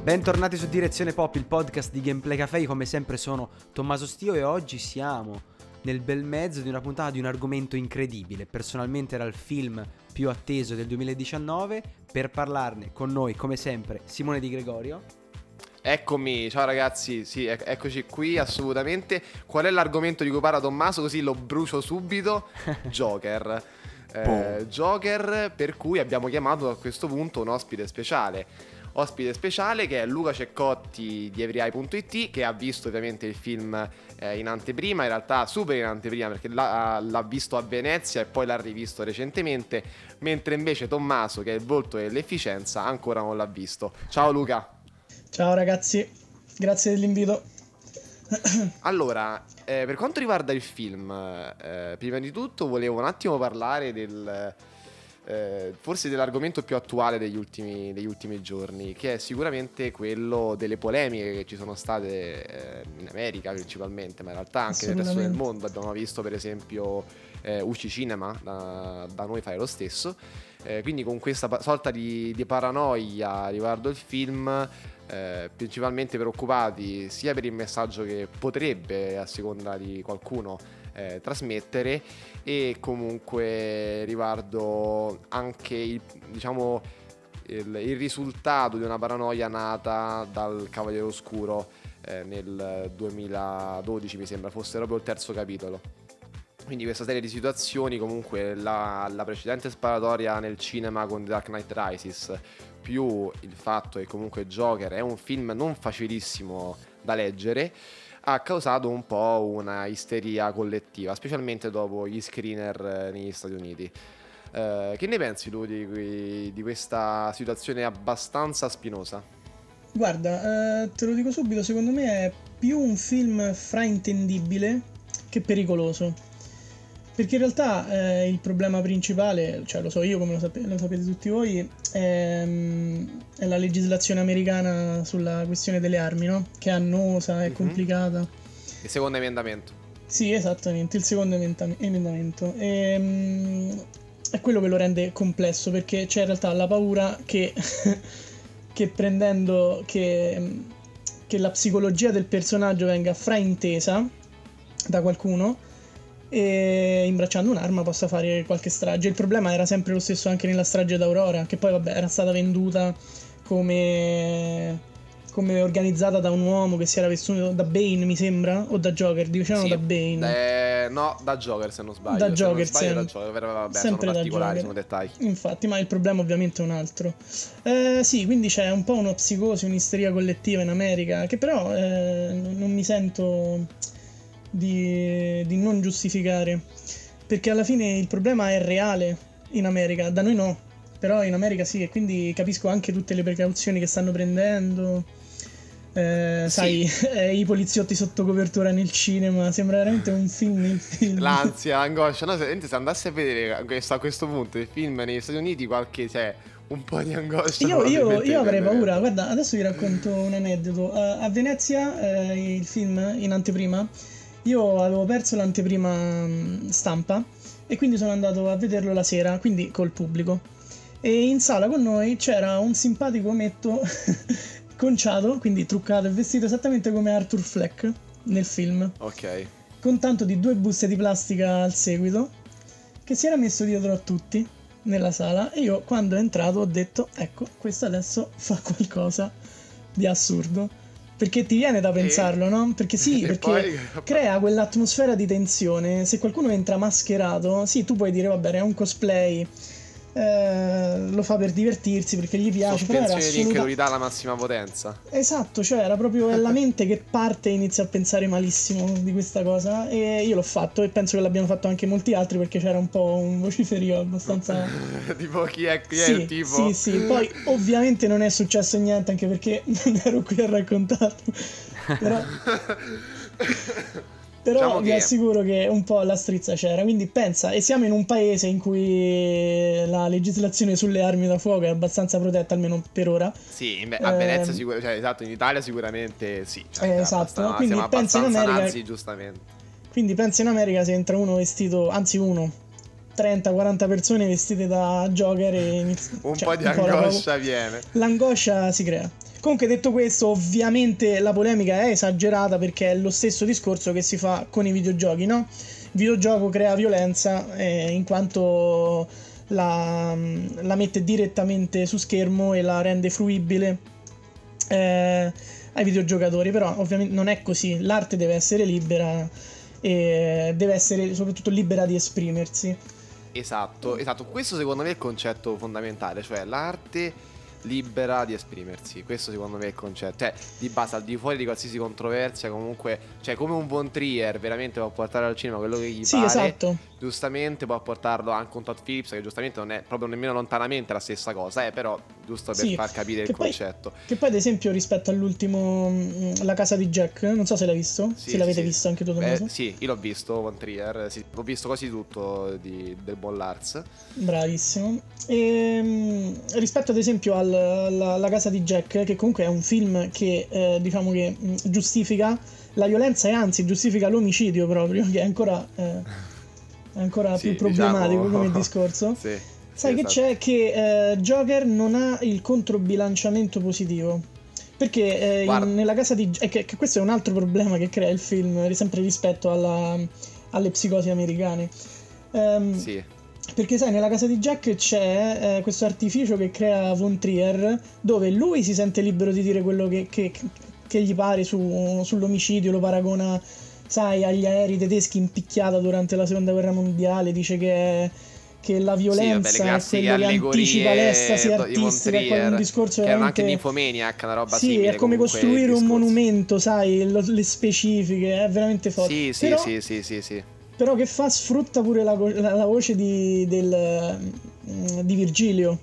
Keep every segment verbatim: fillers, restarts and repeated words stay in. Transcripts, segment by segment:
Bentornati su Direzione Pop, il podcast di Gameplay Café. Come sempre sono Tommaso Stio e oggi siamo nel bel mezzo di una puntata di un argomento incredibile. Personalmente era il film più atteso del duemiladiciannove. Per parlarne con noi, come sempre, Simone Di Gregorio. Eccomi, ciao ragazzi, sì, ec- eccoci qui, assolutamente. Qual è l'argomento di cui parla Tommaso? Così lo brucio subito. Joker. Eh, Joker, per cui abbiamo chiamato a questo punto un ospite speciale. Ospite speciale che è Luca Ceccotti di Everyeye punto it, che ha visto ovviamente il film eh, in anteprima, in realtà super in anteprima perché l'ha, l'ha visto a Venezia e poi l'ha rivisto recentemente, mentre invece Tommaso, che è il volto dell'efficienza, ancora non l'ha visto. Ciao Luca. Ciao ragazzi, grazie dell'invito. Allora, eh, per quanto riguarda il film, eh, prima di tutto volevo un attimo parlare del... Eh, forse dell'argomento più attuale degli ultimi, degli ultimi giorni, che è sicuramente quello delle polemiche che ci sono state eh, in America principalmente, ma in realtà anche nel resto del mondo. Abbiamo visto per esempio eh, U C I Cinema da, da noi fare lo stesso, eh, quindi con questa pa- sorta di, di paranoia riguardo il film, eh, principalmente preoccupati sia per il messaggio che potrebbe, a seconda di qualcuno, Eh, trasmettere, e comunque riguardo anche il, diciamo il, il risultato di una paranoia nata dal Cavaliere Oscuro eh, nel duemiladodici, mi sembra fosse proprio il terzo capitolo. Quindi questa serie di situazioni, comunque la, la precedente sparatoria nel cinema con The Dark Knight Rises, più il fatto che comunque Joker è un film non facilissimo da leggere, ha causato un po' una isteria collettiva, specialmente dopo gli screener negli Stati Uniti. Eh, che ne pensi tu di, di questa situazione abbastanza spinosa? Guarda, eh, te lo dico subito, secondo me è più un film fraintendibile che pericoloso. Perché in realtà eh, il problema principale, cioè lo so io come lo, sape- lo sapete tutti voi, è, è la legislazione americana sulla questione delle armi, no? Che è annosa, è mm-hmm. complicata. Il secondo emendamento. Sì, esattamente, il secondo emenda- emendamento. E, um, è quello che lo rende complesso, perché c'è in realtà la paura che, che prendendo che, che la psicologia del personaggio venga fraintesa da qualcuno e imbracciando un'arma possa fare qualche strage. Il problema era sempre lo stesso anche nella strage d'Aurora, che poi vabbè era stata venduta come come organizzata da un uomo che si era vestito da Bane, mi sembra, o da Joker, dicevano sì, da Bane. Eh, no, da Joker se non sbaglio. Da Joker, se non sbaglio, sem- da Joker. Vabbè, sempre sono da particolari, Joker. sono dettagli. Infatti, ma il problema ovviamente è un altro. Eh, sì, quindi c'è un po' una psicosi, un'isteria collettiva in America, che però eh, non mi sento di, di non giustificare, perché alla fine il problema è reale in America, da noi no, però in America sì, e quindi capisco anche tutte le precauzioni che stanno prendendo. Eh, sì. Sai, eh, i poliziotti sotto copertura nel cinema, sembra veramente un film nel film. L'ansia, l'angoscia, no, se, se andassi a vedere questo, a questo punto il film negli Stati Uniti, qualche, cioè, un po' di angoscia. Io, io, io avrei paura, guarda, adesso vi racconto un aneddoto. Uh, a Venezia, eh, il film in anteprima, io avevo perso l'anteprima mh, stampa e quindi sono andato a vederlo la sera, quindi col pubblico. E in sala con noi c'era un simpatico ometto conciato, quindi truccato e vestito esattamente come Arthur Fleck nel film. Ok. Con tanto di due buste di plastica al seguito, che si era messo dietro a tutti nella sala, e io quando è entrato ho detto, ecco, questo adesso fa qualcosa di assurdo. Perché ti viene da pensarlo, e... no? Perché sì, perché poi... crea quell'atmosfera di tensione. Se qualcuno entra mascherato, sì, tu puoi dire, vabbè, è un cosplay, Eh, lo fa per divertirsi perché gli piace, però era assoluta... di incredulità alla massima potenza. Esatto, cioè era proprio la mente che parte e inizia a pensare malissimo di questa cosa, e io l'ho fatto e penso che l'abbiano fatto anche molti altri, perché c'era un po' un vociferio abbastanza tipo chi è, chi sì, è il tipo. Sì, sì, poi ovviamente non è successo niente, anche perché non ero qui a raccontarlo. Però Però diciamo vi che... assicuro che un po' la strizza c'era, quindi pensa, e siamo in un paese in cui la legislazione sulle armi da fuoco è abbastanza protetta, almeno per ora. Sì, beh, a Venezia, eh, sicur- cioè, esatto, in Italia sicuramente sì. Cioè, eh, esatto, no? Quindi pensa in America, nazi, giustamente. Quindi pensa in America se entra uno vestito, anzi uno, trenta quaranta persone vestite da Joker e inizia, un cioè, po' di un angoscia po' viene. L'angoscia si crea. Comunque, detto questo, ovviamente la polemica è esagerata perché è lo stesso discorso che si fa con i videogiochi, no? Il videogioco crea violenza eh, in quanto la, la mette direttamente su schermo e la rende fruibile eh, ai videogiocatori, però ovviamente non è così. L'arte deve essere libera e deve essere soprattutto libera di esprimersi. Esatto, esatto, questo secondo me è il concetto fondamentale, cioè l'arte libera di esprimersi, questo secondo me è il concetto, cioè di base, al di fuori di qualsiasi controversia, comunque, cioè come un Von Trier veramente può portare al cinema quello che gli Sì, pare, esatto. giustamente può portarlo anche un Todd Phillips, che giustamente non è proprio nemmeno lontanamente la stessa cosa, eh, però giusto per Sì, far capire che il poi, concetto. che poi ad esempio rispetto all'ultimo mh, La casa di Jack, non so se l'hai visto, Sì, se l'avete sì, sì. visto anche tu, Beh, Tommaso. sì, io l'ho visto, Von Trier, sì, ho visto quasi tutto di, del buon Lars. Bravissimo. E, mh, rispetto ad esempio al, alla, alla casa di Jack, che comunque è un film che eh, diciamo che mh, giustifica la violenza e anzi giustifica l'omicidio proprio, che è ancora, eh, è ancora Sì, più problematico diciamo... come discorso. Sì, Sai sì, che esatto. c'è? Che eh, Joker non ha il controbilanciamento positivo. Perché eh, Guarda, in- nella casa di... È che, che questo è un altro problema che crea il film, sempre rispetto alla, alle psicosi americane. Ehm, sì, perché sai, nella casa di Jack c'è eh, questo artificio che crea Von Trier, dove lui si sente libero di dire quello che, che- che gli pare su- sull'omicidio, lo paragona, sai, agli aerei tedeschi in picchiata durante la seconda guerra mondiale, dice che è che la sì, vabbè, le violenza è classiche quello che anticipa l'estasi allegorie do- di Von artistica, è quasi un Trier, discorso che erano anche in veramente... Nymphomaniac, una roba Sì, è simile come comunque il costruire un discorso. monumento, sai, lo- le specifiche, è veramente forte. Sì, sì, Però, sì, sì, sì, sì. però che fa? Sfrutta pure la, co- la- la voce di, del, mm, di Virgilio,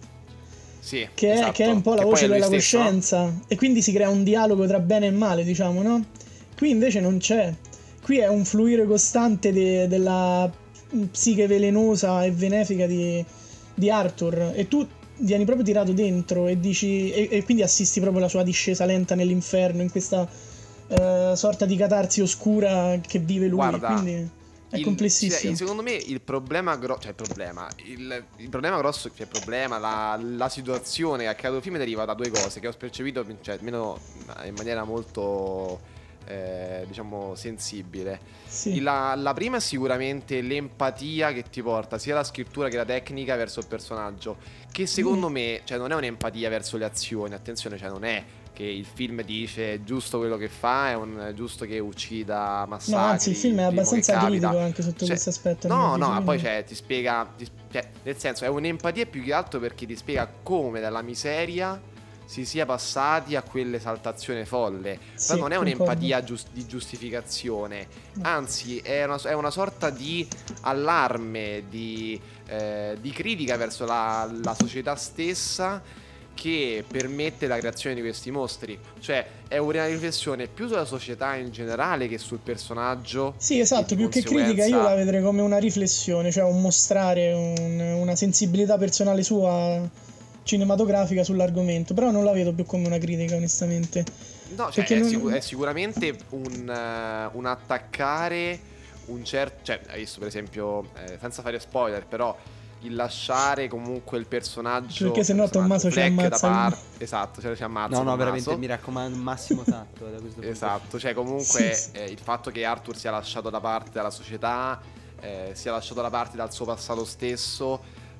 Sì, che è, che è un esatto. po' la Che poi voce è lui della stesso, no? coscienza, e quindi si crea un dialogo tra bene e male, diciamo, no? Qui invece non c'è. Qui è un fluire costante de- della psiche velenosa e benefica di, di Arthur, e tu vieni proprio tirato dentro e dici e, e quindi assisti proprio alla sua discesa lenta nell'inferno, in questa eh, sorta di catarsi oscura che vive lui. Guarda, Quindi è il, complessissimo. cioè, secondo me il problema grosso, cioè il problema, il, il problema grosso, cioè il problema, la, la situazione che ha creato il film deriva da due cose che ho percepito, cioè almeno in maniera molto, eh, diciamo, sensibile. Sì. La, la prima è sicuramente l'empatia che ti porta sia la scrittura che la tecnica verso il personaggio, che secondo Mm. me, cioè non è un'empatia verso le azioni, attenzione, cioè non è che il film dice è giusto quello che fa, è, un, è giusto che uccida, massacri, No, anzi, il film è primo che abbastanza capita. critico anche sotto Cioè, questo aspetto. a mio no, avviso, no, ma poi quindi- cioè, ti spiega, ti- cioè, nel senso è un'empatia più che altro perché ti spiega come dalla miseria si sia passati a quell'esaltazione folle. Sì, Però non è concordo. un'empatia gius- di giustificazione, No. anzi è una, è una sorta di allarme, di, eh, di critica verso la, la società stessa che permette la creazione di questi mostri. Cioè è una riflessione più sulla società in generale che sul personaggio. Sì, esatto, e di più che critica conseguenza- io la vedrei come una riflessione, cioè un mostrare un- una sensibilità personale sua cinematografica sull'argomento, però non la vedo più come una critica, onestamente. No, cioè Perché è, non- sicu- è sicuramente un, eh, un attaccare un certo... Cioè, hai visto per esempio, eh, senza fare spoiler, però il lasciare comunque il personaggio... Perché sennò il personaggio Tommaso ci Fleck ammazza da lui. parte. Esatto, cioè ci ammazza No, no, Tommaso. veramente mi raccomando, massimo tatto da questo punto. Esatto, cioè comunque Sì, sì. eh, il fatto che Arthur sia lasciato da parte dalla società, eh, sia lasciato da parte dal suo passato stesso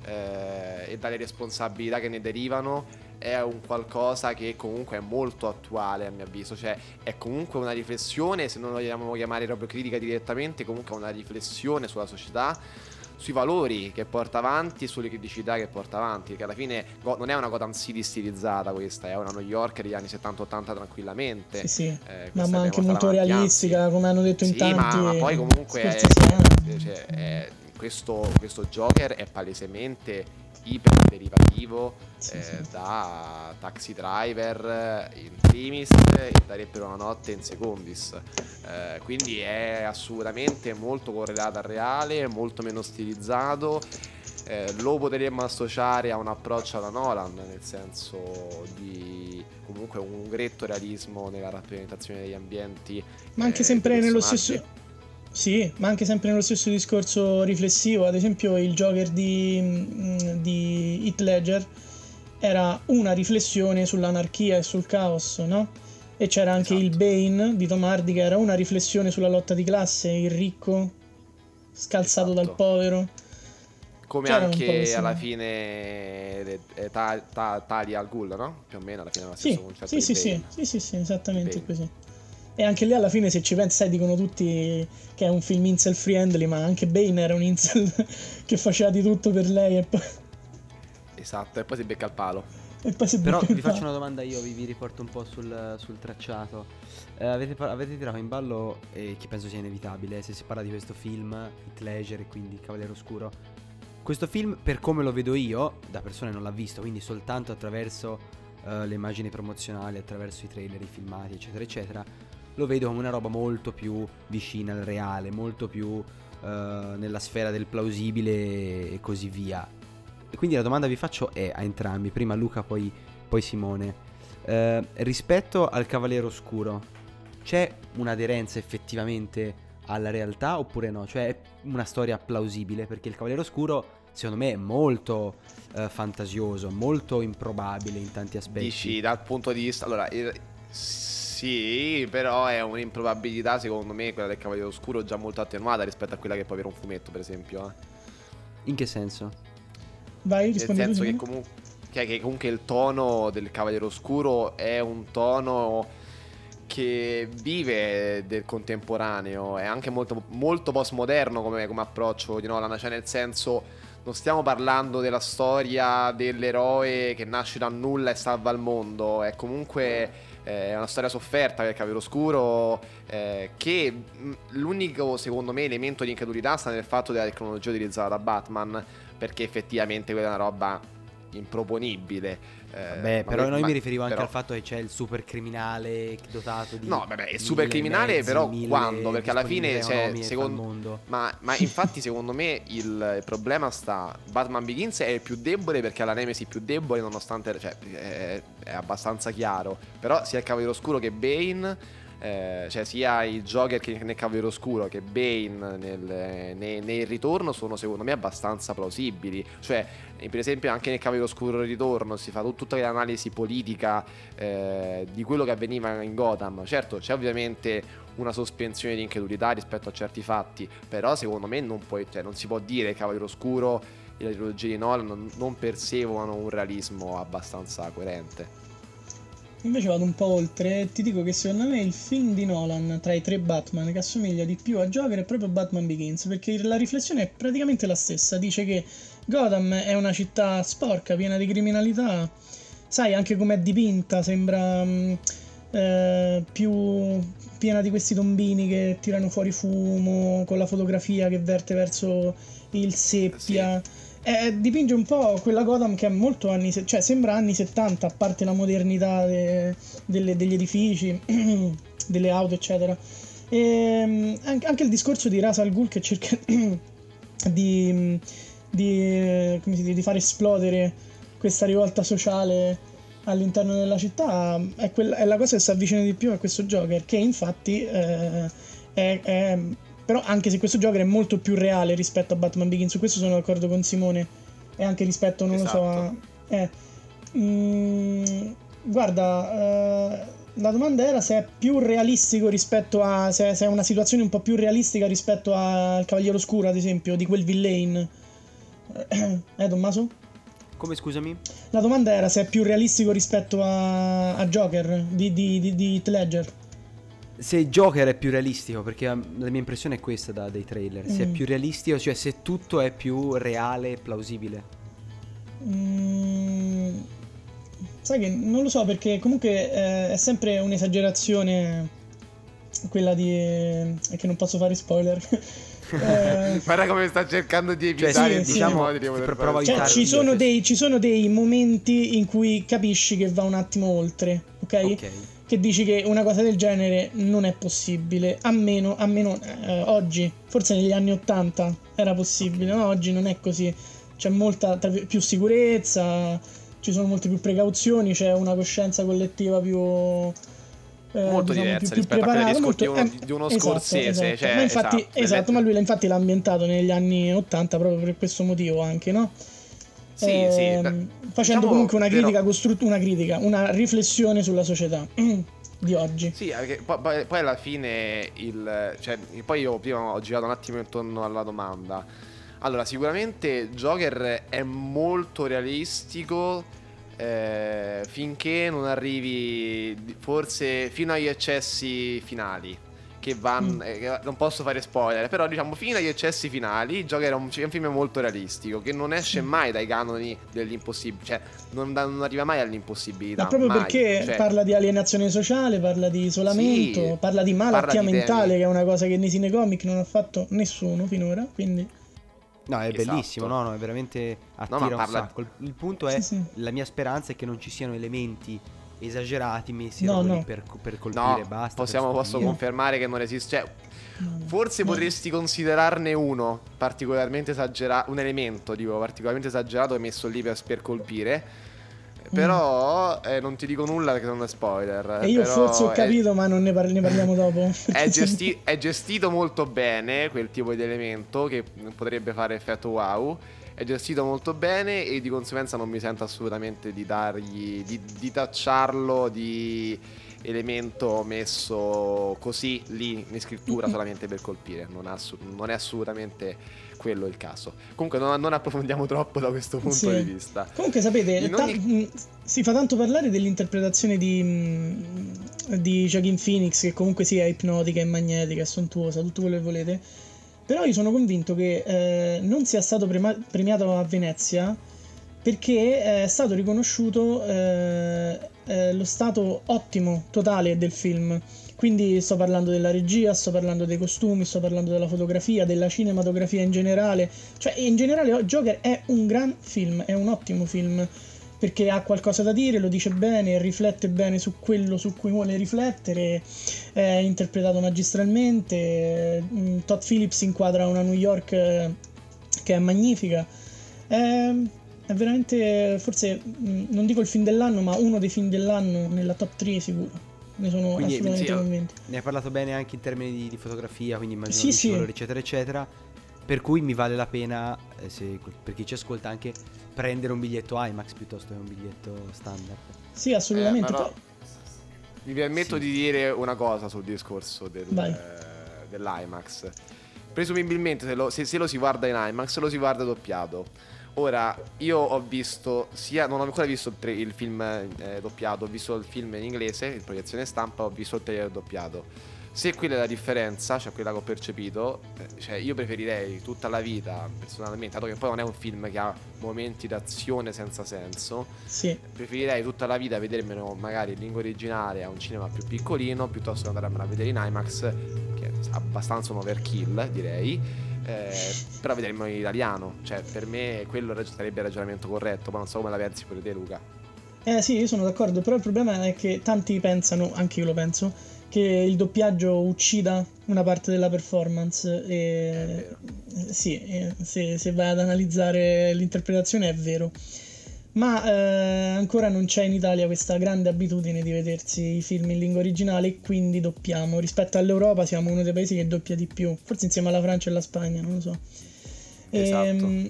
eh, e dalle responsabilità che ne derivano è un qualcosa che comunque è molto attuale a mio avviso, cioè è comunque una riflessione, se non lo vogliamo chiamare proprio critica direttamente, comunque una riflessione sulla società, sui valori che porta avanti e sulle criticità che porta avanti, che alla fine go- non è una Gotham City stilizzata, questa è una New York degli anni settanta ottanta tranquillamente. Sì, sì. Eh, Ma, questa ma abbiamo anche portata molto avanti, realistica, anzi. come hanno detto in Sì, tanti. ma, ma poi comunque è, scorsi anni. è- cioè, è- questo, questo Joker è palesemente iper derivativo Sì, eh, sì. da Taxi Driver in primis e darebbero una notte in secondis. Eh, quindi è assolutamente molto correlato al reale, molto meno stilizzato. Eh, lo potremmo associare a un approccio alla Nolan, nel senso di comunque un gretto realismo nella rappresentazione degli ambienti, Ma anche eh, sempre dei nello personaggi. stesso. Sì, ma anche sempre nello stesso discorso riflessivo. Ad esempio, il Joker di, mm, di Heath Ledger era una riflessione sull'anarchia e sul caos, no? E c'era anche Esatto. il Bane di Tom Hardy, che era una riflessione sulla lotta di classe, il ricco scalzato Esatto. dal povero. Come C'era un po' anche questo- alla fine eh, eh, ta, ta, Talia al Ghul, no? Più o meno alla fine era lo stesso Sì, concetto sì, di sì, sì, Bane. sì, sì, sì, esattamente Bane. così. E anche lì alla fine, se ci pensi, sai, dicono tutti che è un film incel friendly, ma anche Bane era un incel che faceva di tutto per lei e poi, Esatto, e poi si becca il palo. e poi si Però becca il vi faccio palo. una domanda io, vi, vi riporto un po' sul, sul tracciato. Eh, avete, par- avete tirato in ballo, e che penso sia inevitabile, se si parla di questo film, Heath Ledger e quindi Cavaliere Oscuro. Questo film, per come lo vedo io, da persona che non l'ha visto, quindi soltanto attraverso eh, le immagini promozionali, attraverso i trailer, i filmati, eccetera, eccetera, lo vedo come una roba molto più vicina al reale, molto più eh, nella sfera del plausibile e così via. E quindi la domanda vi faccio è a entrambi, prima Luca, poi, poi Simone. Eh, rispetto al Cavaliere Oscuro, c'è un'aderenza effettivamente alla realtà oppure no? Cioè è una storia plausibile? Perché il Cavaliere Oscuro secondo me è molto eh, fantasioso, molto improbabile in tanti aspetti. Dici dal punto di vista... Allora, il- sì, però è un'improbabilità secondo me quella del Cavaliere Oscuro già molto attenuata rispetto a quella che può avere un fumetto, per esempio. eh. In che senso? Vai, Nel rispondi tu, senso che Simone. comunque, che, che comunque il tono del Cavaliere Oscuro è un tono che vive del contemporaneo, è anche molto, molto postmoderno come, come approccio di Nolan, cioè nel senso non stiamo parlando della storia dell'eroe che nasce da nulla e salva il mondo, è comunque eh, è una storia sofferta del Cavaliere Oscuro eh, che mh, l'unico secondo me elemento di incredulità sta nel fatto della tecnologia utilizzata da Batman, perché effettivamente quella è una roba improponibile. Eh, Beh, ma però que- noi ma- mi riferivo anche però- al fatto che c'è il super criminale dotato di No, vabbè, il mille super criminale mezzi, però mille quando? Perché alla fine, disponibilità cioè, economiche che fa il secondo mondo. ma, ma infatti secondo me il, il problema sta Batman Begins è il più debole perché ha la Nemesi più debole nonostante, cioè, è, è abbastanza chiaro. Però sia il Cavaliere Oscuro che Bane eh, cioè sia il Joker che nel Cavaliere Oscuro che Bane nel, nel, nel ritorno sono secondo me abbastanza plausibili. Cioè per esempio anche nel Cavaliere Oscuro Ritorno si fa tut- tutta l'analisi politica eh, di quello che avveniva in Gotham. Certo c'è ovviamente una sospensione di incredulità rispetto a certi fatti, però secondo me non, puoi, cioè, non si può dire che Cavaliere Oscuro e la trilogia di Nolan non, non perseguono un realismo abbastanza coerente. Invece vado un po' oltre e ti dico che secondo me il film di Nolan tra i tre Batman che assomiglia di più a Joker è proprio Batman Begins, perché la riflessione è praticamente la stessa. Dice che Gotham è una città sporca, piena di criminalità, sai anche com'è dipinta, sembra mh, eh, più piena di questi tombini che tirano fuori fumo, con la fotografia che verte verso il seppia. Eh, dipinge un po' quella Gotham che è molto anni, se- cioè sembra anni settanta, a parte la modernità de- delle- degli edifici, delle auto, eccetera. E, anche, anche il discorso di Ra's al Ghul che cerca di, di, come si dice, di far esplodere questa rivolta sociale all'interno della città è, quella, è la cosa che si avvicina di più a questo Joker, che infatti eh, è, è però anche se questo Joker è molto più reale rispetto a Batman Begins, su questo sono d'accordo con Simone, e anche rispetto, non Esatto. lo so, a... Eh, mm, guarda, eh, la domanda era se è più realistico rispetto a... se, se è una situazione un po' più realistica rispetto al Cavaliere Oscuro, ad esempio, di quel villain. Eh, Tommaso? Come, scusami? La domanda era se è più realistico rispetto a, a Joker di, di, di, di Heath Ledger. Se Joker è più realistico, perché um, la mia impressione è questa da, dai trailer. Se è Mm. più realistico, cioè se tutto è più reale e plausibile. Mm, sai che non lo so, perché comunque eh, è sempre un'esagerazione quella di... è che non posso fare spoiler. Eh, Guarda come sta cercando di Cioè, evitare sì, in sì. tutti i diciamo, modi di poter pro- fare provo a cioè, aiutarti ci io, sono, cioè- dei, ci sono dei momenti in cui capisci che va un attimo oltre, ok? Ok. Che dici che una cosa del genere non è possibile, a meno, a meno eh, oggi, forse negli anni ottanta era possibile, no? Oggi non è così, c'è molta tra- più sicurezza, ci sono molte più precauzioni, c'è una coscienza collettiva più... eh, Molto diciamo, diversa più, più rispetto a quella preparata, di, molto- di uno, eh, di uno esatto, Scorsese. esatto. Cioè, Ma infatti, esatto, esatto, le- ma lui l'ha- infatti l'ha ambientato negli anni ottanta proprio per questo motivo anche, no? Sì, ehm, sì, beh, facendo diciamo, comunque una critica, però- costru- una critica, una riflessione sulla società di oggi. Sì, perché poi, poi- poi alla fine il, cioè, poi io prima ho girato un attimo intorno alla domanda. Allora, sicuramente Joker è molto realistico eh, finché non arrivi di- forse fino agli eccessi finali. Che vanno, Mm. eh, che non posso fare spoiler, però diciamo fino agli eccessi finali Joker è un, è un film molto realistico che non esce Sì. mai dai canoni dell'impossibile, cioè non, da- non arriva mai Ma all'impossibilità, proprio mai. perché Cioè, parla di alienazione sociale, parla di isolamento, sì, parla di parla malattia di mentale, temi. che è una cosa che nei cinecomic non ha fatto nessuno finora, quindi No, è Esatto. bellissimo, no, no, è veramente No, ma attira un parla- sacco. Il, il punto è, sì, sì. la mia speranza è che non ci siano elementi esagerati messi No, proprio lì no. per, per colpire, No, basta. possiamo, per posso stupire. confermare che non esiste. Cioè, No, no. forse No. potresti considerarne uno particolarmente esagerato, un elemento, dico, particolarmente esagerato e messo lì per, per colpire. Però eh, non ti dico nulla perché non è spoiler. E io però forse ho è- capito, ma non ne, par- ne parliamo dopo. È, perché se no- gesti- è gestito molto bene quel tipo di elemento che potrebbe fare effetto wow. È gestito molto bene e di conseguenza non mi sento assolutamente di dargli, di, di tacciarlo di elemento messo così lì in scrittura solamente per colpire. Non, ha assu- non è assolutamente quello il caso. Comunque non, non approfondiamo troppo da questo punto Sì. di vista. Comunque sapete, In ta- ogni- mh, si fa tanto parlare dell'interpretazione di, mh, di Joaquin Phoenix, che comunque sia ipnotica, è magnetica, è sontuosa, tutto quello che volete. Però io sono convinto che eh, non sia stato prema- premiato a Venezia perché è stato riconosciuto eh, eh, lo stato ottimo, totale del film. Quindi sto parlando della regia, sto parlando dei costumi, sto parlando della fotografia, della cinematografia in generale. Cioè, in generale Joker è un gran film, è un ottimo film, perché ha qualcosa da dire, lo dice bene, riflette bene su quello su cui vuole riflettere, è interpretato magistralmente. eh, Todd Phillips inquadra una New York eh, che è magnifica. È, è veramente, forse, mh, non dico il film dell'anno, ma uno dei film dell'anno nella top tre sicuro. Ne sono Quindi, assolutamente sì, convinto. Ne hai parlato bene anche in termini di, di fotografia, quindi immagino Sì, di sì. valore, eccetera, eccetera. Per cui mi vale la pena, eh, se, per chi ci ascolta, anche prendere un biglietto IMAX piuttosto che un biglietto standard. Sì, assolutamente. Eh, però- Poi- Mi permetto Sì. di dire una cosa sul discorso del, Vai. eh, dell'IMAX. Presumibilmente se lo, se, se lo si guarda in IMAX lo si guarda doppiato. Ora, io ho visto sia, non ho ancora visto il, tre- il film eh, doppiato, ho visto il film in inglese, in proiezione stampa, ho visto il trailer doppiato. Se quella è la differenza, cioè quella che ho percepito, eh, cioè io preferirei tutta la vita, personalmente, dato che poi non è un film che ha momenti d'azione senza senso, Sì. preferirei tutta la vita vedermelo magari in lingua originale a un cinema più piccolino piuttosto che andarmela a vedere in IMAX, che è abbastanza un overkill, direi. Eh, però vedermelo in italiano, cioè per me quello rag- sarebbe il ragionamento corretto. Poi non so come la pensi pure te, Luca. Eh sì, io sono d'accordo, però il problema è che tanti pensano, anche io lo penso, che il doppiaggio uccida una parte della performance. E È vero. eh, sì, eh, se, se vai ad analizzare l'interpretazione è vero. Ma eh, ancora non c'è in Italia questa grande abitudine di vedersi i film in lingua originale e quindi doppiamo. Rispetto all'Europa siamo uno dei paesi che doppia di più, forse insieme alla Francia e alla Spagna, non lo so. Esatto. Ehm,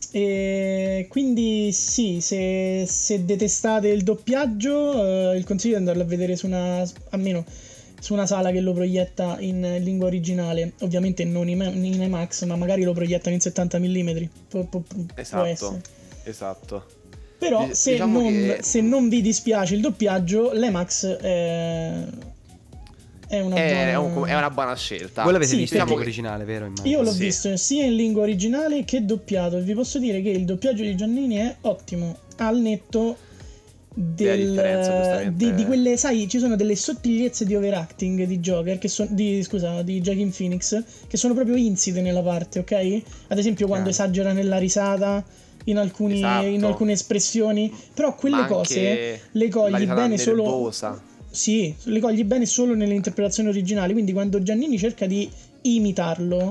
E quindi sì, se, se detestate il doppiaggio, eh, il consiglio è andarlo a vedere su una, almeno su una sala che lo proietta in lingua originale, ovviamente non in, in IMAX, ma magari lo proiettano in settanta millimetri. Può, può, può Esatto. essere. Esatto. Però Dic- se, diciamo non, che- se non vi dispiace il doppiaggio, l'IMAX è, è una È, buona... un- è una buona scelta. Voi l'avete Sì, visto in perché- lingua originale, vero? Immagino. Io l'ho Sì. visto sia in lingua originale che doppiato e vi posso dire che il doppiaggio di Giannini è ottimo, al netto Della del, differenza, giustamente. di, di quelle, sai, ci sono delle sottigliezze di overacting di Joker, che sono di, scusa, di Joaquin Phoenix, che sono proprio insite nella parte, ok? Ad esempio quando Chiaro. esagera nella risata, in, alcuni, Esatto. in alcune espressioni, però quelle Ma anche cose le la cogli risata bene solo... nervosa. Sì, le cogli bene solo nelle interpretazioni originali, quindi quando Giannini cerca di imitarlo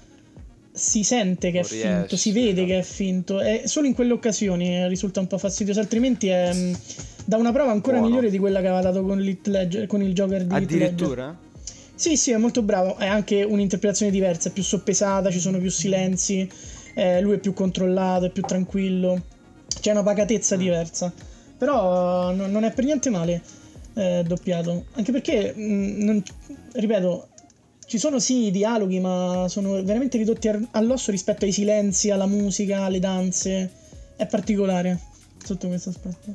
si sente che è Non finto, riesce, si vede esatto. che è finto, e solo in quelle occasioni eh, risulta un po' fastidioso, altrimenti è mh, da una prova ancora Buono. migliore di quella che aveva dato con, Heath Ledger, con il Joker di Heath Ledger. Addirittura? Sì, sì, è molto bravo, è anche un'interpretazione diversa, è più soppesata, ci sono più silenzi, eh, lui è più controllato, è più tranquillo. c'è una pacatezza mm. diversa. Però no, non è per niente male eh, doppiato, anche perché mh, non, ripeto, ci sono sì i dialoghi, ma sono veramente ridotti all'osso rispetto ai silenzi, alla musica, alle danze. È particolare sotto questo aspetto.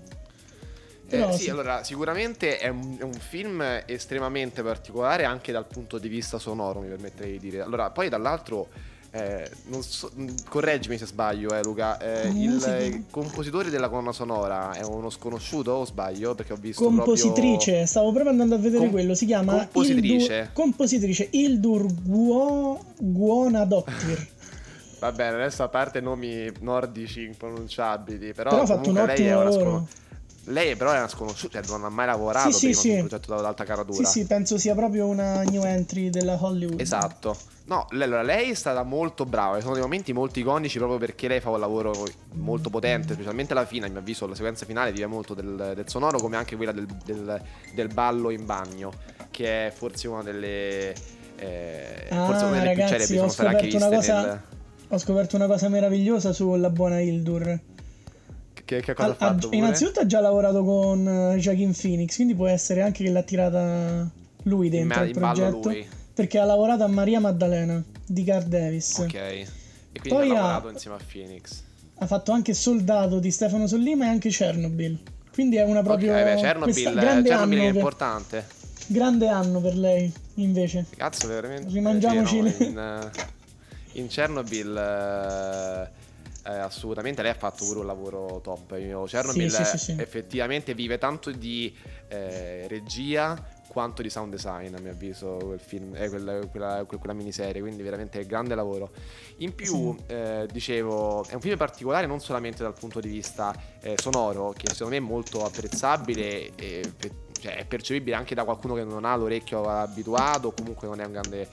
Eh, sì, sì, allora sicuramente è un, è un film estremamente particolare anche dal punto di vista sonoro, mi permetterei di dire. Allora, poi dall'altro, eh, non so, correggimi se sbaglio, eh, Luca, eh, il, il compositore della colonna sonora è uno sconosciuto o sbaglio? Perché ho visto compositrice, proprio... stavo proprio andando a vedere Com- quello, si chiama compositrice Ildur, compositrice Hildur Guo, Guonadottir. Va bene, adesso a parte nomi nordici impronunciabili, però, però ha fatto un ottimo lei è una lavoro. Sconos- lei però è una sconosciuta, cioè non ha mai lavorato sì, prima sì, su un sì. progetto d'alta caratura. Sì, sì, penso sia proprio una new entry della Hollywood. Esatto. No, allora lei è stata molto brava, sono dei momenti molto iconici proprio perché lei fa un lavoro molto potente, specialmente alla fine, a mio avviso la sequenza finale vive molto del, del sonoro, come anche quella del, del, del ballo in bagno, che è forse una delle eh, ah, forse una delle ragazzi, più celebi, sono state anche viste una cosa, nel... Ho scoperto una cosa meravigliosa sulla buona Hildur. Che, che cosa ha, ha fatto ha, innanzitutto ha già lavorato con Joaquin Phoenix, quindi può essere anche che l'ha tirata lui dentro in, il progetto, lui. Perché ha lavorato a Maria Maddalena di Gar Davis. Ok. E quindi poi ha lavorato ha, insieme a Phoenix. Ha fatto anche Soldato di Stefano Sollima e anche Chernobyl. Quindi è una proprio okay, beh, Chernobyl, grande Chernobyl anno è per, importante. Grande anno per lei, invece. Cazzo, veramente. Rimangiamoci eh, le... sì, no, in, in Chernobyl eh, eh, assolutamente lei ha fatto pure un lavoro top. Io, Chernobyl sì, sì, sì, sì. effettivamente vive tanto di eh, regia quanto di sound design, a mio avviso, quel film, eh, quella, quella, quella miniserie, quindi veramente grande lavoro. In più, sì. eh, dicevo, è un film particolare non solamente dal punto di vista eh, sonoro, che secondo me è molto apprezzabile e cioè, è percepibile anche da qualcuno che non ha l'orecchio abituato o comunque non è un grande,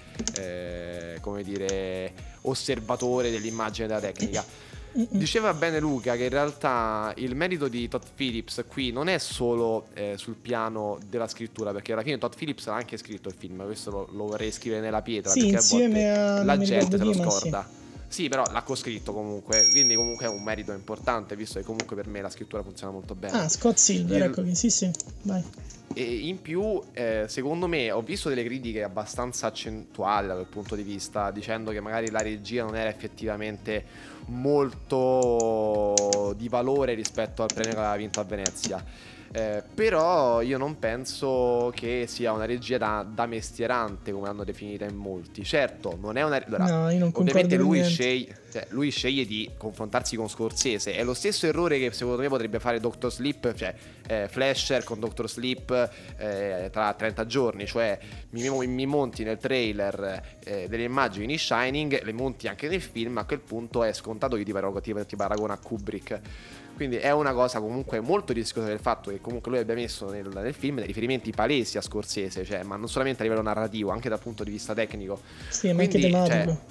eh, come dire, osservatore dell'immagine e della tecnica. Diceva bene Luca che in realtà il merito di Todd Phillips qui non è solo eh, sul piano della scrittura, perché alla fine Todd Phillips ha anche scritto il film, questo lo, lo vorrei scrivere nella pietra, sì, perché insieme a volte a... la gente se lo prima, scorda. Sì. Sì, però l'ha coscritto comunque, quindi comunque è un merito importante, visto che comunque per me la scrittura funziona molto bene. Ah, Scott Silver, il... ecco che sì, sì, vai. E in più, eh, secondo me, ho visto delle critiche abbastanza accentuali dal punto di vista, dicendo che magari la regia non era effettivamente molto di valore rispetto al premio che aveva vinto a Venezia. Eh, però io non penso che sia una regia da, da mestierante come l'hanno definita in molti. Certo, non è una allora, no, io non ovviamente lui sceglie, cioè, lui sceglie di confrontarsi con Scorsese. È lo stesso errore che secondo me potrebbe fare Doctor Sleep, cioè eh, Flasher con Doctor Sleep eh, tra trenta giorni. Cioè mi, mi monti nel trailer eh, delle immagini di Shining, le monti anche nel film. A quel punto è scontato che ti, parago, ti, ti paragona a Kubrick. Quindi è una cosa comunque molto rischiosa del fatto che comunque lui abbia messo nel, nel film dei riferimenti palesi a Scorsese, cioè, ma non solamente a livello narrativo, anche dal punto di vista tecnico. Sì, ma anche tematico. Cioè,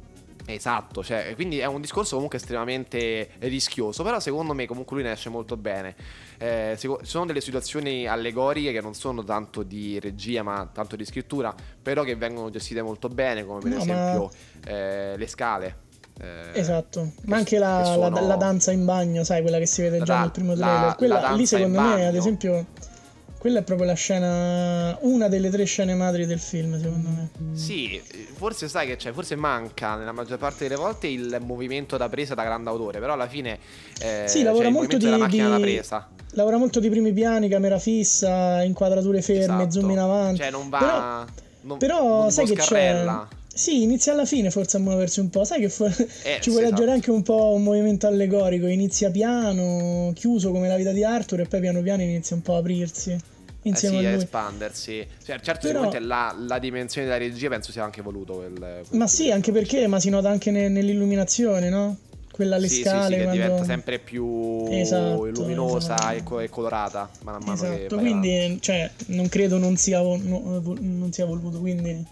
esatto, cioè, quindi è un discorso comunque estremamente rischioso, però secondo me comunque lui ne esce molto bene. Eh, ci sono delle situazioni allegoriche che non sono tanto di regia ma tanto di scrittura, però che vengono gestite molto bene, come per no, esempio ma... eh, le scale. Eh, esatto, ma anche la, sono... la, la danza in bagno, sai, quella che si vede già la, nel primo trailer. Quella lì secondo me, ad esempio, quella è proprio la scena, una delle tre scene madri del film, secondo me. Sì, forse sai che c'è, forse manca nella maggior parte delle volte il movimento da presa da grande autore, però alla fine eh, sì, lavora cioè molto il di, della macchina di... da presa. Lavora molto di primi piani, camera fissa, inquadrature ferme, esatto. zoom in avanti. Cioè non va Però, non, però non sai che scarrella. c'è. Sì, inizia alla fine forse a muoversi un po'. Sai che for... eh, ci sì, vuole esatto. aggiungere anche un po' un movimento allegorico. Inizia piano, chiuso come la vita di Arthur, e poi piano piano inizia un po' a aprirsi insieme eh sì, a lui. a espandersi. Cioè, certo, Però... sicuramente la, la dimensione della regia penso sia anche voluto quel, quel ma sì, anche perché ma si nota anche ne, nell'illuminazione, no? Quella alle sì, scale sì, sì, che quando... diventa sempre più esatto, luminosa esatto. E, co- e colorata man mano esatto, che quindi cioè, non credo non sia, no, non sia voluto, quindi...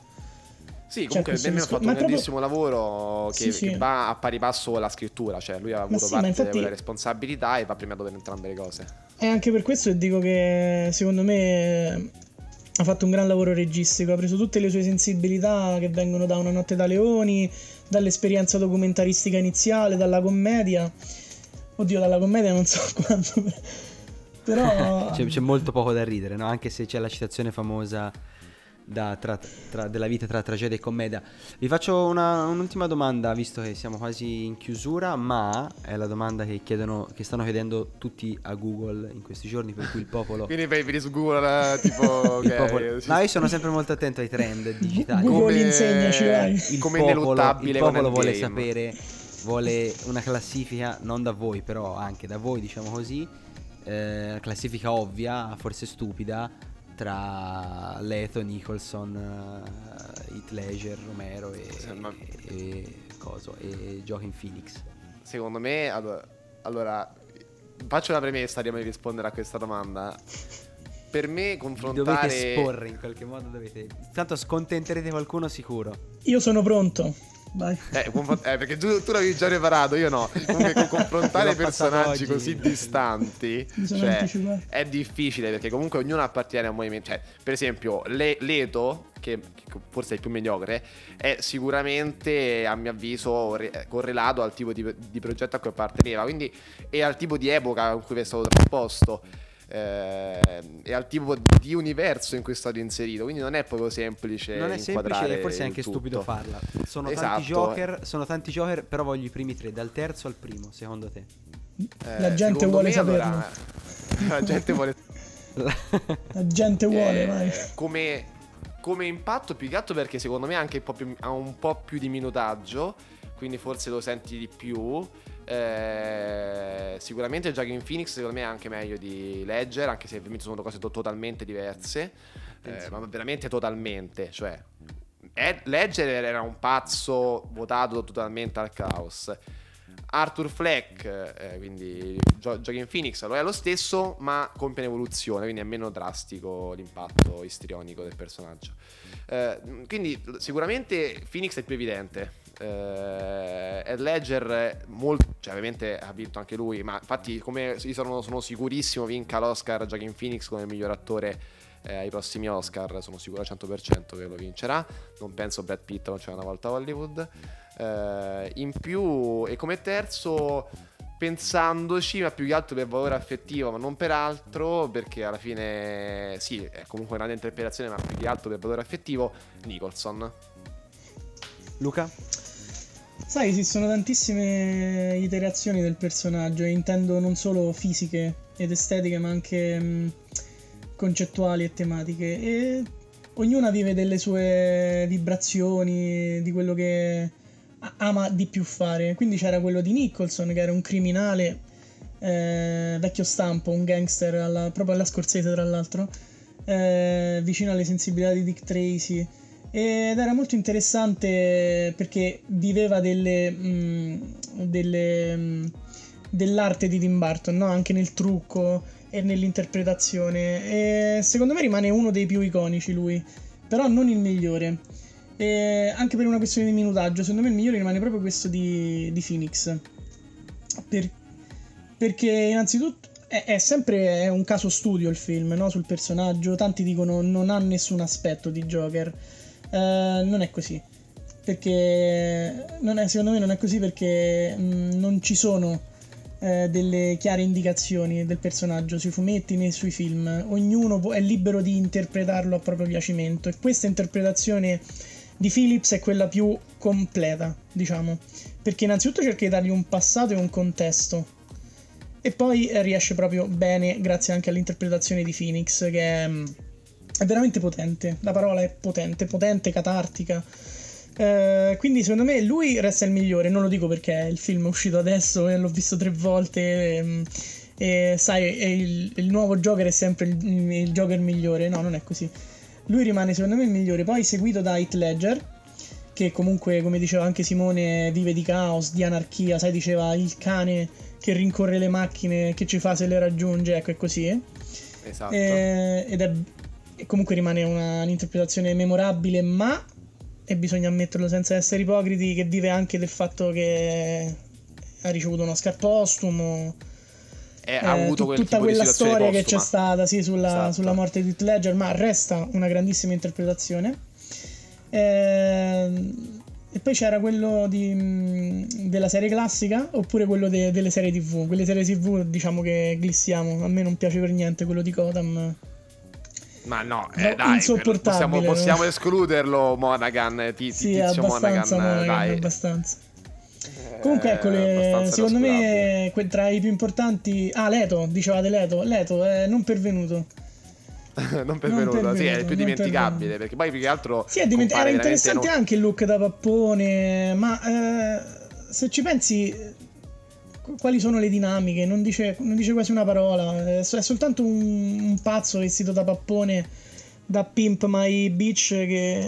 Sì, comunque cioè, Ben ha fatto un proprio... grandissimo lavoro che, sì, sì. che va a pari passo con la scrittura, cioè lui ha avuto sì, parte infatti... di quella responsabilità e va premiato per entrambe le cose. E anche per questo dico che secondo me ha fatto un gran lavoro registico, ha preso tutte le sue sensibilità che vengono da Una notte da leoni, dall'esperienza documentaristica iniziale, dalla commedia, Oddio, dalla commedia non so quanto, però c'è, c'è molto poco da ridere, no? Anche se c'è la citazione famosa da tra, tra, della vita tra tragedia e commedia. Vi faccio una, un'ultima domanda, visto che siamo quasi in chiusura, ma è la domanda che chiedono, che stanno chiedendo tutti a Google in questi giorni, per cui il popolo Quindi vai vedi su Google, tipo il ok, popolo... sì, No, io sono sempre molto attento ai trend digitali. Google Come- insegnaci, vai. Il come popolo, ineluttabile il con popolo vuole Endgame. sapere, vuole una classifica, non da voi però anche da voi, diciamo così, eh, classifica ovvia, forse stupida, tra Leto, Nicholson, uh, Heath Ledger, Romero e, Sì, ma- e, coso, e Joaquin Phoenix. Secondo me, allora, allora, faccio una premessa prima di rispondere a questa domanda. Per me Vi confrontare dovete esporre in qualche modo, dovete... Tanto scontenterete qualcuno sicuro. Io sono pronto. Vai. Eh, confront- eh, perché tu, tu l'avevi già preparato, io no. Comunque con- confrontare L'ho passato personaggi oggi. così distanti, Mi sono cioè, anticipato. è difficile perché comunque ognuno appartiene a un movimento. Cioè, per esempio, Le- Leto, che, che forse è il più mediocre, è sicuramente, a mio avviso, re- correlato al tipo di, di progetto a cui apparteneva, quindi e al tipo di epoca in cui è stato trasposto. eh, e al tipo di universo in cui è stato inserito, quindi non è proprio semplice Non è semplice inquadrare e forse è il anche tutto. stupido farla. Sono Esatto. tanti Joker, sono tanti Joker, però voglio i primi tre, dal terzo al primo, secondo te? Eh, La gente secondo vuole me, saperlo. allora, la gente vuole La gente vuole, eh, vai. come, come impatto più che altro perché secondo me anche un po' più- ha un po' più di minutaggio, quindi forse lo senti di più. Eh, sicuramente Joaquin Phoenix secondo me è anche meglio di Ledger, anche se ovviamente sono due cose to- totalmente diverse, eh, ma veramente totalmente, cioè Ed- Ledger era un pazzo votato totalmente al caos. Arthur Fleck, eh, quindi Gio- Joaquin Phoenix, lo è lo stesso, ma compie un'evoluzione, quindi è meno drastico l'impatto istrionico del personaggio. Eh, quindi sicuramente Phoenix è il più evidente. Eh, Heath Ledger molto, cioè ovviamente ha vinto anche lui, ma infatti come io sono, sono sicurissimo vinca l'Oscar Joaquin Phoenix come miglior attore eh, ai prossimi Oscar, sono sicuro al cento per cento che lo vincerà. Non penso Brad Pitt non c'è una volta a Hollywood. Eh, in più, e come terzo, pensandoci, ma più che altro per valore affettivo, ma non per altro, perché alla fine sì, è comunque una grande interpretazione, ma più che altro per valore affettivo, Nicholson. Luca? Sai, esistono tantissime iterazioni del personaggio, e intendo non solo fisiche ed estetiche, ma anche mh, concettuali e tematiche. E ognuna vive delle sue vibrazioni, di quello che a- ama di più fare. Quindi c'era quello di Nicholson, che era un criminale eh, vecchio stampo, un gangster, alla- proprio alla Scorsese tra l'altro, eh, vicino alle sensibilità di Dick Tracy. Ed era molto interessante perché viveva delle, mh, delle, mh, dell'arte di Tim Burton, no? Anche nel trucco e nell'interpretazione. E secondo me rimane uno dei più iconici lui, però non il migliore. E anche per una questione di minutaggio, secondo me il migliore rimane proprio questo di, di Phoenix. Per, perché innanzitutto è, è sempre è un caso studio il film, no? Sul personaggio. Tanti dicono non ha nessun aspetto di Joker. Uh, non è così, perché non è, secondo me non è così perché mh, non ci sono uh, delle chiare indicazioni del personaggio sui fumetti né sui film. Ognuno può, è libero di interpretarlo a proprio piacimento, e questa interpretazione di Phillips è quella più completa, diciamo, perché innanzitutto cerca di dargli un passato e un contesto, e poi riesce proprio bene grazie anche all'interpretazione di Phoenix, che è è veramente potente, la parola è potente, potente, catartica. Eh, quindi secondo me lui resta il migliore. Non lo dico perché il film è uscito adesso e l'ho visto tre volte e, e sai, e il, il nuovo Joker è sempre il, il Joker migliore. No, non è così. Lui rimane secondo me il migliore. Poi seguito da Heath Ledger, che comunque, come diceva anche Simone, vive di caos, di anarchia. Sai, diceva il cane che rincorre le macchine, che ci fa se le raggiunge. Ecco, è così. Esatto. Eh, ed è E comunque rimane una, un'interpretazione memorabile, ma, e bisogna ammetterlo senza essere ipocriti, che vive anche del fatto che ha ricevuto un Oscar postumo. Eh, ha avuto tut- quel tutta tipo di quella situazione storia che postuma. c'è stata, sì, sulla, Esatto. sulla morte di Heath Ledger, ma resta una grandissima interpretazione. Eh, E poi c'era quello di, mh, della serie classica oppure quello de- delle serie tv. Quelle serie tv diciamo che glissiamo. A me non piace per niente quello di Gotham. Ma no, No, eh, dai, insopportabile. possiamo, possiamo escluderlo Monaghan, ti, ti, Sì, tizio abbastanza Monaghan, Monaghan, dai. abbastanza. Eh, Comunque ecco, le- abbastanza secondo me trascurabile. que- tra i più importanti... Ah, Leto, dicevate Leto. Leto è non pervenuto. Non pervenuto, Non sì, è pervenuto, più non dimenticabile, pervenuto. perché poi più che altro Sì, è divent- era compare veramente interessante non- anche il look da pappone, ma eh, se ci pensi, eh, qu- quali sono le dinamiche? Non dice, non dice quasi una parola, è, so- è soltanto un, un pazzo vestito da pappone, da Pimp My Bitch che...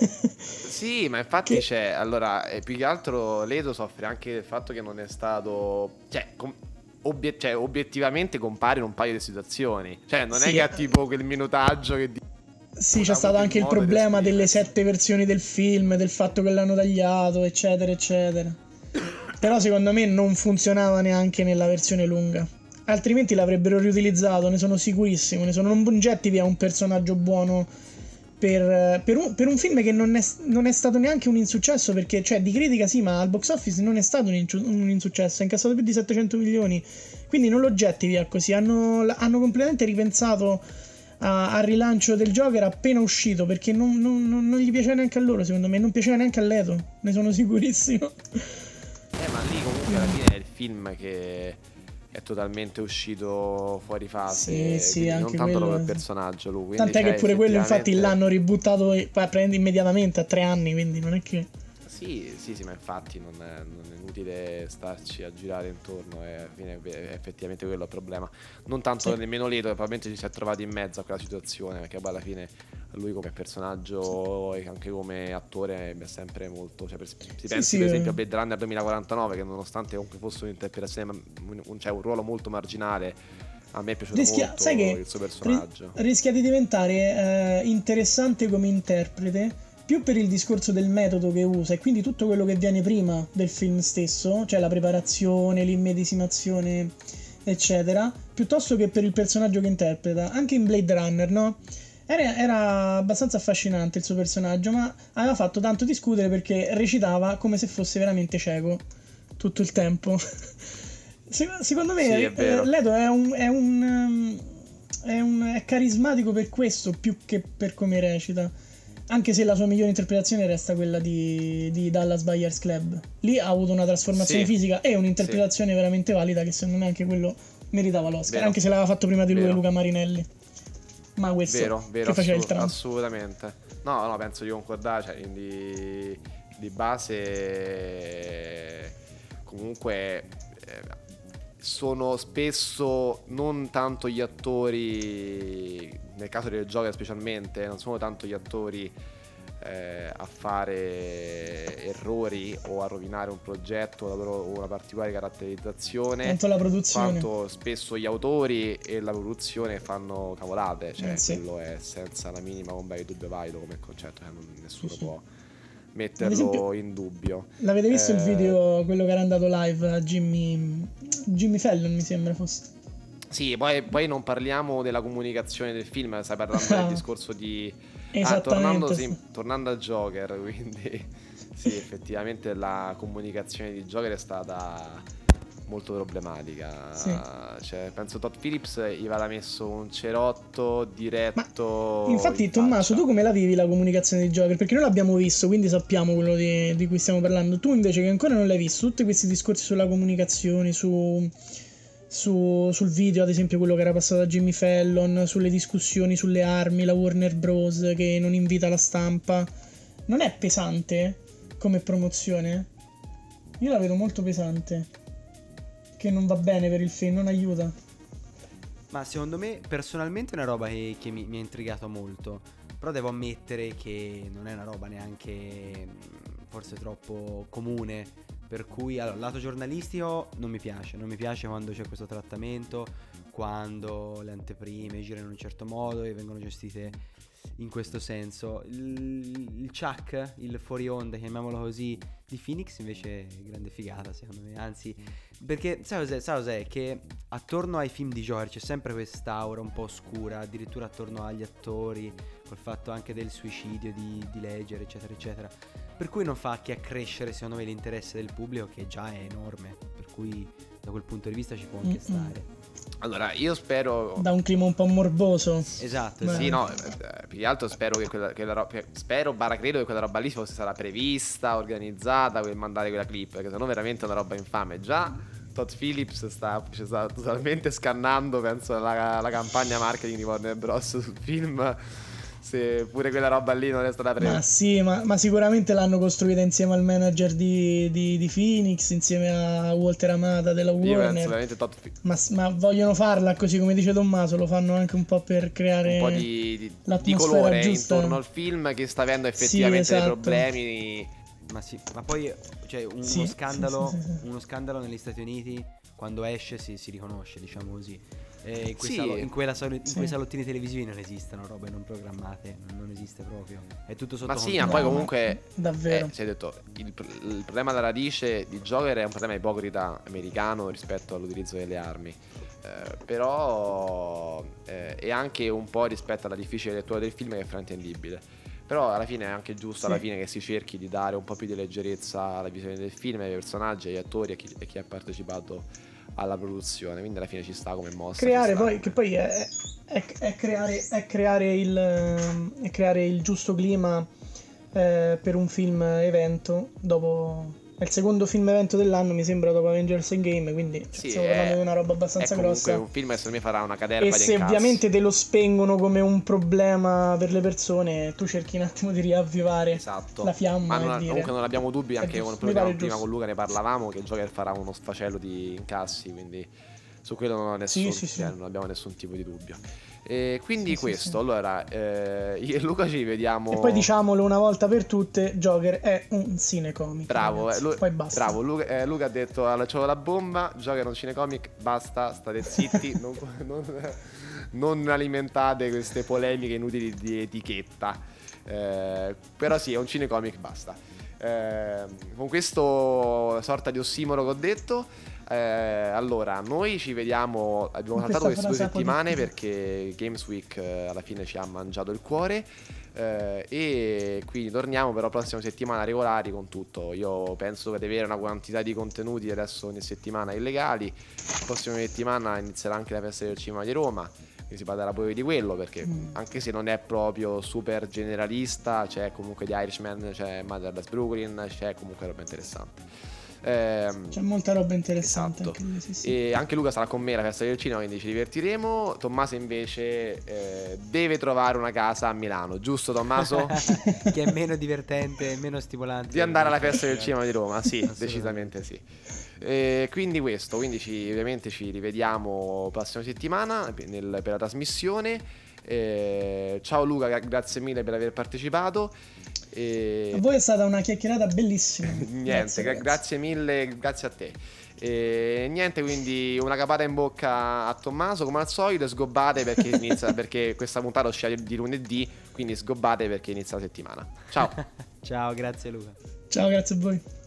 Sì, ma infatti che- c'è, allora, eh, più che altro Leto soffre anche del fatto che non è stato, cioè, com- obiet- cioè, obiettivamente compare in un paio di situazioni, cioè non è Sì, che ha eh. tipo quel minutaggio che di- Sì, non c'è ha stato avuto anche il modo di problema delle esprimersi. sette versioni del film, del fatto che l'hanno tagliato, eccetera, eccetera. Però secondo me non funzionava neanche nella versione lunga. Altrimenti l'avrebbero riutilizzato, ne sono sicurissimo. Ne sono, non getti via un personaggio buono per, per un, per un film che non è, non è stato neanche un insuccesso, perché, cioè, di critica sì, ma al box office non è stato un, inci- un insuccesso, ha incassato più di settecento milioni. Quindi non lo getti via così. Hanno, hanno completamente ripensato a- al rilancio del Joker appena uscito, perché non, non- non- non gli piaceva neanche a loro, secondo me. Non piaceva neanche a Leto, ne sono sicurissimo. Eh, ma lì comunque alla fine è il film che è totalmente uscito fuori fase, Sì, sì, quindi non anche tanto quello proprio il è- personaggio lui, quindi Tant'è cioè, che pure quello infatti effettivamente- l'hanno ributtato e- pa- prende immediatamente a tre anni, quindi non è che... Sì, sì, sì, ma infatti non è, non è inutile starci a girare intorno, e alla fine è effettivamente quello il problema. Non tanto Sì. nemmeno Leto, che probabilmente ci si è trovato in mezzo a quella situazione, perché poi alla fine lui come personaggio e anche come attore è sempre molto, cioè per, si pensi sì, per eh. esempio a Blade Runner duemilaquarantanove, che nonostante comunque fosse un'interpretazione, un, un- cioè un ruolo molto marginale, a me è piaciuto Rischia, molto sai che il suo ri- personaggio. rischia di diventare eh, interessante come interprete più per il discorso del metodo che usa e quindi tutto quello che viene prima del film stesso, cioè la preparazione, l'immedesimazione, eccetera, piuttosto che per il personaggio che interpreta. Anche in Blade Runner, no? Era, era abbastanza affascinante il suo personaggio, ma aveva fatto tanto discutere perché recitava come se fosse veramente cieco tutto il tempo. Sec- Secondo me Sì, è eh, vero. Leto è un, è un, um, è un è carismatico per questo più che per come recita. Anche se la sua migliore interpretazione resta quella di, di Dallas Buyers Club. Lì ha avuto una trasformazione Sì, fisica e un'interpretazione veramente valida che secondo me anche quello meritava l'Oscar. Vero. Anche se l'aveva fatto prima di lui Vero. Luca Marinelli. Ma questo Vero, vero, che faceva il assolut- Trump. assolutamente. No, no, penso di concordare, cioè, di, di base comunque eh, sono spesso non tanto gli attori, nel caso del Joker specialmente, non sono tanto gli attori eh, a fare errori o a rovinare un progetto o la loro- o una particolare caratterizzazione, Quanto la produzione. quanto spesso gli autori e la produzione fanno cavolate, cioè Eh, sì. quello è senza la minima ombra di dubbio valido come concetto, cioè non- nessuno Sì, sì. può Ad metterlo esempio, in dubbio. l'avete visto il Eh, video, quello che era andato live a Jimmy, Jimmy Fallon, mi sembra fosse. Sì, poi, poi non parliamo della comunicazione del film, stai parlando Ah. del discorso di... Ah, Esattamente. tornando, sì, tornando al Joker, quindi sì, effettivamente la comunicazione di Joker è stata molto problematica. Sì. Cioè, penso Todd Phillips gli aveva messo un cerotto diretto. Infatti, in Tommaso, faccia. tu come la vivi la comunicazione di Joker? Perché noi l'abbiamo visto, quindi sappiamo quello di, di cui stiamo parlando. Tu invece che ancora non l'hai visto, tutti questi discorsi sulla comunicazione, su, su- sul video, ad esempio quello che era passato a Jimmy Fallon, sulle discussioni sulle armi, la Warner Bros. Che non invita la stampa, non è pesante come promozione? Io la vedo molto pesante, che non va bene per il film, non aiuta. Ma secondo me personalmente è una roba che, che mi, mi ha intrigato molto. Però devo ammettere che non è una roba neanche mh, forse troppo comune. Per cui, allora, lato giornalistico non mi piace. Non mi piace quando c'è questo trattamento, quando le anteprime girano in un certo modo e vengono gestite in questo senso. Il, il Chuck, il fuori onda, chiamiamolo così, di Phoenix invece è grande figata secondo me. Anzi, perché sai cos'è? Sai cos'è? Che attorno ai film di Joker c'è sempre quest'aura un po' oscura, addirittura attorno agli attori, col fatto anche del suicidio di, di Ledger, eccetera, eccetera. per cui non fa che accrescere secondo me l'interesse del pubblico, che già è enorme, per cui da quel punto di vista ci può anche Mm-mm. stare. Allora, io spero. Da un clima un po' morboso. Esatto, Beh. esatto. Sì, no, eh, più che altro spero che quella, che la ro- che- spero, barra credo che quella roba lì fosse stata prevista, organizzata, quel mandare quella clip, perché sennò veramente è una roba infame. Già Todd Phillips sta, ci sta totalmente scannando, penso, la, la campagna marketing di Warner Bros. Sul film. Se pure quella roba lì non è stata Ma prevista. sì, ma, ma sicuramente l'hanno costruita insieme al manager di, di, di Phoenix, insieme a Walter Amada della Io penso Warner. veramente Todd Phillips. Ma, ma vogliono farla così, come dice Tommaso, lo fanno anche un po' per creare Un po' di, di, di l'atmosfera colore giusta. intorno al film che sta avendo effettivamente Sì, esatto. dei problemi. Ma sì, ma poi cioè, un- Sì, uno sì, scandalo, sì, sì, sì. uno scandalo negli Stati Uniti quando esce si, si riconosce, diciamo così. E in, quei Sì. salo- in, quella salo- in Sì. quei salottini televisivi non esistono robe non programmate, non, non esiste proprio. È tutto sotto Ma sì, controllo. ma poi No, comunque davvero. eh, si è detto il, il problema alla radice di Joker è un problema ipocrita americano rispetto all'utilizzo delle armi. Eh, però eh, è anche un po' rispetto alla difficile lettura del film che è fraintendibile. Però alla fine è anche giusto Sì. alla fine che si cerchi di dare un po' più di leggerezza alla visione del film, ai personaggi, agli attori e chi, e chi ha partecipato alla produzione. Quindi alla fine ci sta come mossa. Creare ci sta poi, come- che poi è, è- è creare, è creare il, ehm, è creare il giusto clima eh, per un film evento. Dopo è il secondo film evento dell'anno, mi sembra, dopo Avengers Endgame, quindi cioè, Sì, stiamo è- parlando di una roba è abbastanza comunque grossa. un film che secondo me farà una caterva E di se incassi. ovviamente te lo spengono come un problema per le persone, tu cerchi un attimo di riavvivare Esatto. la fiamma Ma non- e dire comunque non abbiamo dubbi, È anche giusto, con, mi prima, pare prima giusto. con Luca ne parlavamo, che Joker farà uno sfacelo di incassi, quindi su quello non, ho nessun, Sì, sì, sì. cioè, non abbiamo nessun tipo di dubbio. E quindi Sì, sì, questo, sì. allora, eh, io e Luca ci vediamo. E poi diciamolo una volta per tutte, Joker è un cinecomic. Bravo, ragazzi. eh, Lu- Poi basta. bravo Luca, eh, Luca ha detto allora, c'ho la bomba, Joker è un cinecomic, basta, state zitti, non, non- non alimentate queste polemiche inutili di etichetta. Eh, però sì, è un cinecomic, basta. Eh, con questo sorta di ossimoro che ho detto, eh, allora noi ci vediamo, abbiamo Con saltato questa queste due frase settimane apodittica. perché Games Week eh, alla fine ci ha mangiato il cuore. Eh, e quindi torniamo però la prossima settimana regolari con tutto. Io penso che avere una quantità di contenuti adesso ogni settimana illegali. La prossima settimana inizierà anche la festa del cinema di Roma, quindi si parlerà poi di quello, perché Mm. anche se non è proprio super generalista, c'è comunque di Irishman, c'è Motherless Brooklyn, c'è comunque roba interessante. Ehm, C'è molta roba interessante esatto. anche lì, sì, sì. E anche Luca sarà con me alla festa del cinema, quindi ci divertiremo. Tommaso invece eh, deve trovare una casa a Milano, giusto Tommaso? Che è meno divertente, meno stimolante Di andare alla festa del cinema di Roma, sì, Assolutamente. decisamente sì. E quindi questo, quindi ci, ovviamente ci rivediamo la prossima settimana nel- per la trasmissione. Eh, ciao Luca, gra- grazie mille per aver partecipato. E... A voi è stata una chiacchierata bellissima. Niente, Grazie, gra- ragazzi. grazie mille, grazie a te. E niente, quindi una capata in bocca a Tommaso come al solito e sgobbate perché, inizia, perché questa puntata uscirà di lunedì, quindi sgobbate perché inizia la settimana. Ciao. Ciao, grazie Luca. Ciao, grazie a voi.